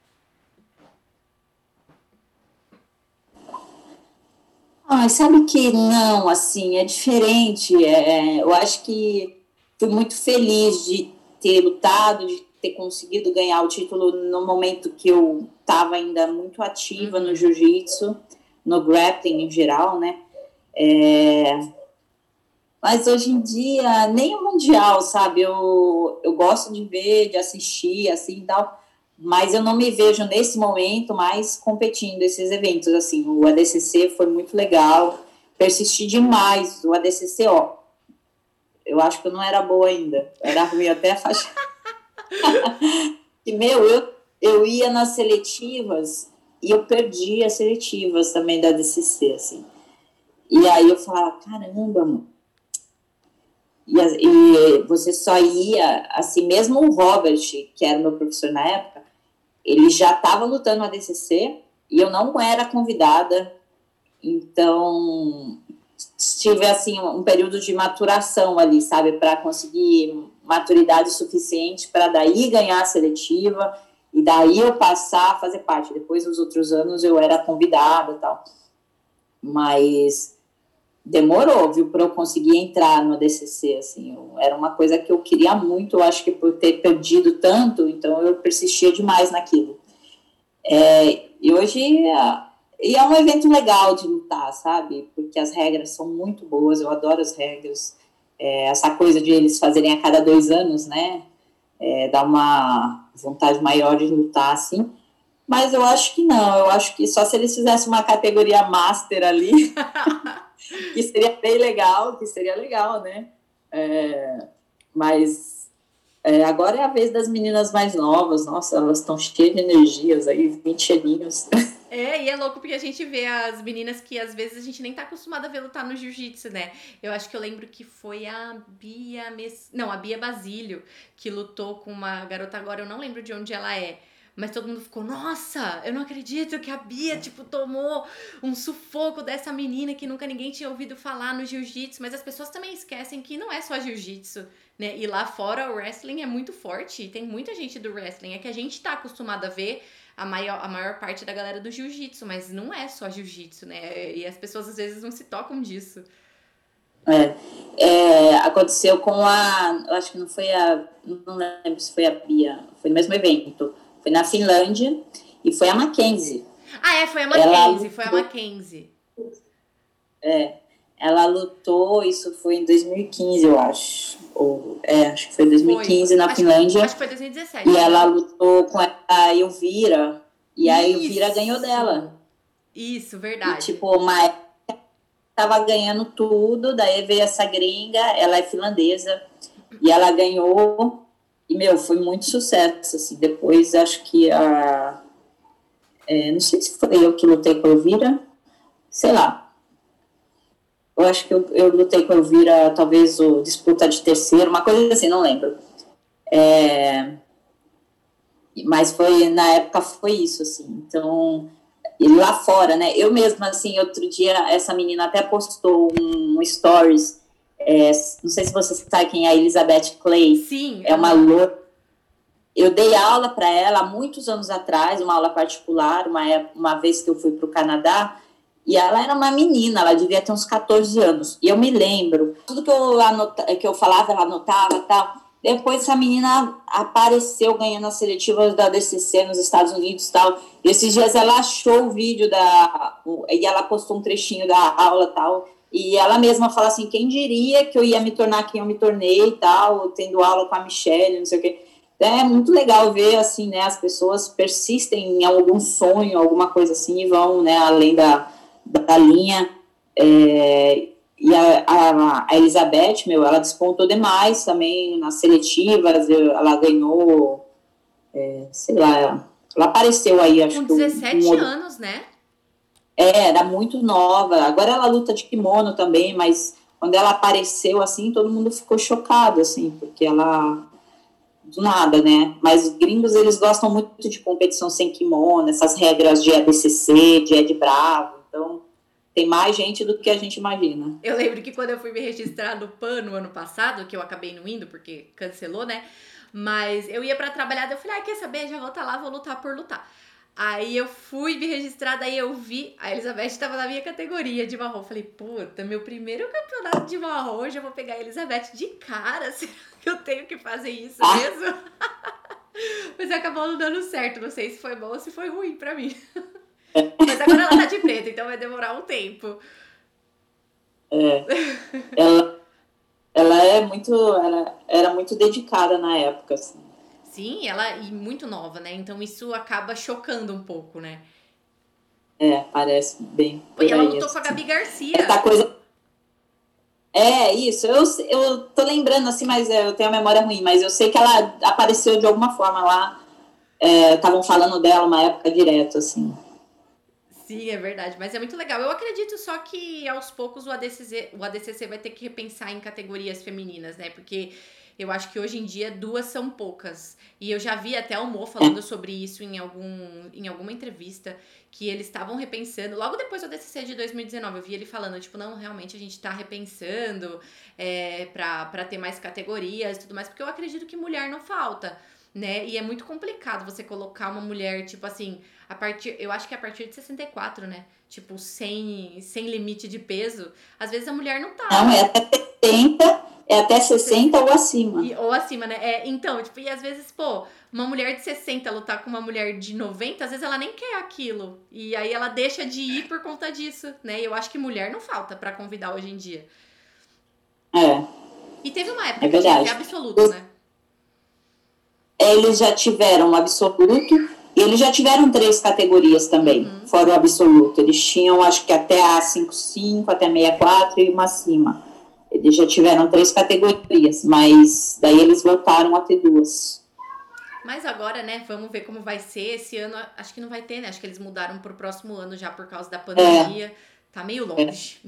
Ai, sabe que não, assim, é diferente. É, eu acho que fui muito feliz de ter lutado, de ter conseguido ganhar o título no momento que eu estava ainda muito ativa no Uhum. jiu-jitsu, no grappling em geral, né? É, mas hoje em dia, nem o mundial, sabe? Eu, eu gosto de ver, de assistir, assim, e tal. mas eu não me vejo nesse momento mais competindo esses eventos, assim, o A D C C foi muito legal, persisti demais, o A D C C, ó, eu acho que eu não era boa ainda, era ruim até a faixa. E, meu, eu, eu ia nas seletivas e eu perdi as seletivas também da A D C C, assim, e aí eu falava, caramba, mano, e, e você só ia, assim, mesmo o Robert, que era meu professor na época, ele já estava lutando no A D C C e eu não era convidada, então tive assim um período de maturação ali, sabe, para conseguir maturidade suficiente para daí ganhar a seletiva e daí eu passar a fazer parte. Depois, nos outros anos, eu era convidada e tal, mas demorou, viu, para eu conseguir entrar no A D C C, assim, eu, era uma coisa que eu queria muito, eu acho que por ter perdido tanto, então eu persistia demais naquilo. É, e hoje, e é um evento legal de lutar, sabe, porque as regras são muito boas, eu adoro as regras, é, essa coisa de eles fazerem a cada dois anos, né, é, dá uma vontade maior de lutar, assim, mas eu acho que não, eu acho que só se eles fizessem uma categoria master ali, que seria bem legal, que seria legal, né? É, mas é, agora é a vez das meninas mais novas, nossa, elas estão cheias de energias aí, vinte aninhos. É, e é louco porque a gente vê as meninas que às vezes a gente nem tá acostumada a ver lutar no jiu-jitsu, né? Eu acho que eu lembro que foi a Bia... Mess... Não, a Bia Basílio, que lutou com uma garota agora, eu não lembro de onde ela é. Mas todo mundo ficou, nossa, eu não acredito que a Bia, tipo, tomou um sufoco dessa menina que nunca ninguém tinha ouvido falar no jiu-jitsu. Mas as pessoas também esquecem que não é só jiu-jitsu, né? E lá fora o wrestling é muito forte, e tem muita gente do wrestling. É que a gente tá acostumado a ver a maior, a maior parte da galera do jiu-jitsu, mas não é só jiu-jitsu, né? E as pessoas às vezes não se tocam disso. É, é, aconteceu com a, eu acho que não foi a, não lembro se foi a Bia, foi no mesmo evento, foi na Finlândia e foi a Mackenzie. Ah, é, foi a Mackenzie, ela, foi a Mackenzie. É, ela lutou, isso foi em dois mil e quinze, eu acho. Ou, é, acho que foi dois mil e quinze foi. na acho, Finlândia. Acho que foi dois mil e dezessete. E né? Ela lutou com a Elvira, e a Elvira ganhou dela. Isso, verdade. E, tipo, uma tava ganhando tudo, daí veio essa gringa, ela é finlandesa, e ela ganhou, e, meu, foi muito sucesso, assim. Depois, acho que a... É, não sei se foi eu que lutei com a Elvira, sei lá. Eu acho que eu, eu lutei com a Elvira, talvez o disputa de terceiro, uma coisa assim, não lembro. É, mas foi, na época foi isso, assim. Então, e lá fora, né? Eu mesma, assim, outro dia, essa menina até postou um, um stories, é, não sei se você sabe quem é a Elizabeth Clay. Sim. É uma loura. Eu dei aula para ela há muitos anos atrás, uma aula particular, uma, uma vez que eu fui para o Canadá, e ela era uma menina, ela devia ter uns catorze anos. E eu me lembro, tudo que eu, anota, que eu falava, ela anotava e tal. Depois essa menina apareceu ganhando as seletivas da D C C nos Estados Unidos e tal. E esses dias ela achou o vídeo da... E ela postou um trechinho da aula e tal. E ela mesma fala assim, quem diria que eu ia me tornar quem eu me tornei e tal, tendo aula com a Michelle, não sei o quê. É muito legal ver, assim, né, as pessoas persistem em algum sonho, alguma coisa assim, e vão, né, além da... da linha, é, e a, a, a Elizabeth, meu, ela despontou demais também nas seletivas, ela ganhou, é, sei lá, ela apareceu aí, acho com que... dezessete um, anos, né? É, era muito nova, agora ela luta de kimono também, mas quando ela apareceu, assim, todo mundo ficou chocado, assim, porque ela... do nada, né? Mas os gringos, eles gostam muito de competição sem kimono, essas regras de A D C C, de Ed Bravo, então tem mais gente do que a gente imagina. Eu lembro que quando eu fui me registrar no P A N no ano passado, que eu acabei não indo porque cancelou, né? Mas eu ia pra trabalhar, eu falei, ah, quer saber? Já vou estar lá, vou lutar por lutar. Aí eu fui me registrar, daí eu vi, a Elizabeth estava na minha categoria de marrom. Falei, puta, meu primeiro campeonato de marrom, eu já vou pegar a Elizabeth de cara. Será que eu tenho que fazer isso ah. mesmo? Mas acabou não dando certo, não sei se foi bom ou se foi ruim pra mim. Mas agora ela tá de preta, então vai demorar um tempo. É, ela, ela é muito, ela era muito dedicada na época, assim. Sim, ela e muito nova, né? Então isso acaba chocando um pouco, né? É, parece bem Pô, e por ela aí, lutou com a assim. Gabi Garcia. Essa coisa. É, isso. Eu, eu tô lembrando, assim, mas eu tenho a memória ruim, mas eu sei que ela apareceu de alguma forma lá. Estavam é, falando dela uma época direto, assim. Sim, é verdade, mas é muito legal. Eu acredito só que aos poucos o A D C C, o A D C C vai ter que repensar em categorias femininas, né? Porque eu acho que hoje em dia duas são poucas. E eu já vi até o Mo falando sobre isso em, algum, em alguma entrevista, que eles estavam repensando. Logo depois do A D C C de dois mil e dezenove, eu vi ele falando, tipo, não, realmente a gente tá repensando é, pra, pra ter mais categorias e tudo mais, porque eu acredito que mulher não falta, né? E é muito complicado você colocar uma mulher, tipo assim, a partir, eu acho que é a partir de sessenta e quatro, né? Tipo, sem, sem limite de peso. Às vezes a mulher não Não, é tá. até sessenta, é até sessenta ou E, acima. ou acima, né? É, então, tipo, e às vezes, pô, uma mulher de sessenta lutar com uma mulher de noventa, às vezes ela nem quer aquilo. E aí ela deixa de ir por conta disso, né? E eu acho que mulher não falta pra convidar hoje em dia. É, E teve uma época é que tinha até verdade. absoluto, né? Eles já tiveram o absoluto e eles já tiveram três categorias também, Uhum. fora o absoluto. Eles tinham, acho que até a cinquenta e cinco, até sessenta e quatro e uma acima. Eles já tiveram três categorias, mas daí eles voltaram a ter duas. Mas agora, né, vamos ver como vai ser. Esse ano, acho que não vai ter, né? Acho que eles mudaram pro próximo ano já por causa da É, pandemia. Tá meio longe.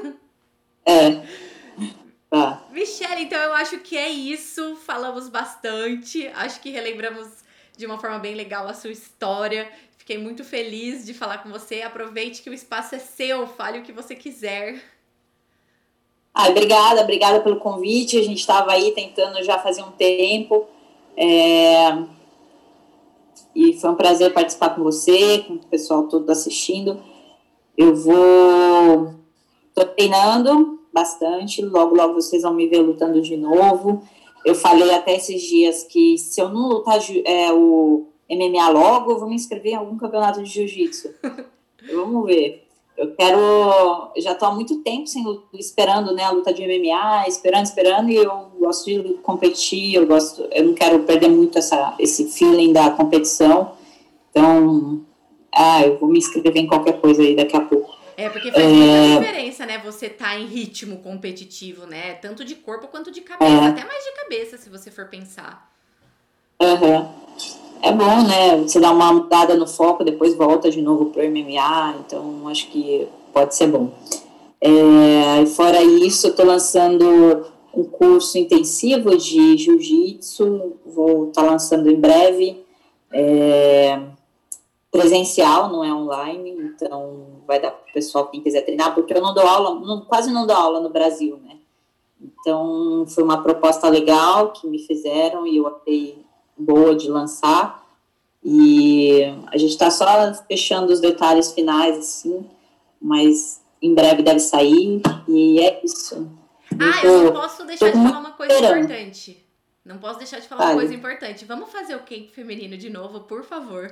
é, tá. Michelle, então eu acho que é isso. Falamos bastante. Acho que relembramos de uma forma bem legal a sua história. Fiquei muito feliz de falar com você. Aproveite que o espaço é seu. Fale o que você quiser. Ah, obrigada, obrigada pelo convite. A gente estava aí tentando já fazer um tempo. É, e foi um prazer participar com você, com o pessoal todo assistindo. Eu vou. Estou treinando bastante, logo, logo vocês vão me ver lutando de novo. Eu falei até esses dias que se eu não lutar é, o M M A logo, eu vou me inscrever em algum campeonato de jiu-jitsu. Vamos ver. Eu quero. Eu já estou há muito tempo sem, esperando, né, a luta de M M A, esperando, esperando, e eu gosto de competir, eu gosto, eu não quero perder muito essa, esse feeling da competição. Então, ah, eu vou me inscrever em qualquer coisa aí daqui a pouco. É, porque faz muita diferença, né? Você tá em ritmo competitivo, né? Tanto de corpo quanto de cabeça. É, Até mais de cabeça, se você for pensar. uhum. É bom, né? Você dá uma mudada no foco, depois volta de novo pro M M A, então acho que pode ser bom. É, fora isso, eu estou lançando um curso intensivo de jiu-jitsu, vou estar tá lançando em breve, é, presencial, não é online, então vai dar para o pessoal quem quiser treinar, porque eu não dou aula, não, quase não dou aula no Brasil, né? Então foi uma proposta legal que me fizeram e eu achei boa de lançar. E a gente está só fechando os detalhes finais, assim, mas em breve deve sair, e é isso. Ah, Tô, eu não posso deixar de falar uma coisa esperando. importante. Não posso deixar de falar Vale. uma coisa importante. Vamos fazer o camp feminino de novo, por favor.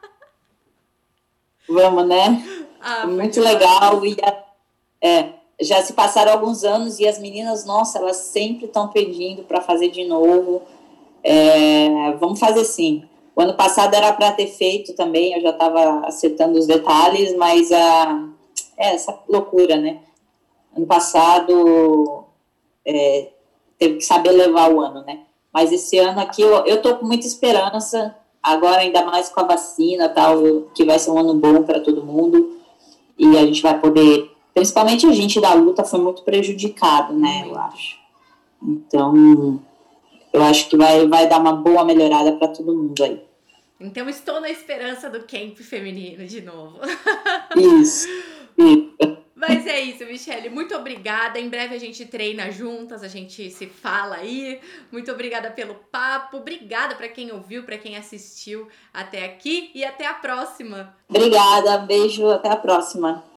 Vamos, né? Ah, Muito demais. legal. E é, já se passaram alguns anos e as meninas, nossa, elas sempre estão pedindo para fazer de novo. É, vamos fazer sim. O ano passado era para ter feito também, eu já estava acertando os detalhes, mas a, é essa loucura, né? Ano passado é, teve que saber levar o ano, né? Mas esse ano aqui eu, eu tô com muita esperança, agora ainda mais com a vacina tal, que vai ser um ano bom para todo mundo e a gente vai poder, principalmente a gente da luta foi muito prejudicado, né? Muito. Eu acho. Então eu acho que vai, vai dar uma boa melhorada para todo mundo aí. Então estou na esperança do camp feminino de novo. Isso. Isso. Mas é isso, Michelle. Muito obrigada. Em breve a gente treina juntas, a gente se fala aí. Muito obrigada pelo papo. Obrigada para quem ouviu, para quem assistiu até aqui e até a próxima. Obrigada, beijo, até a próxima.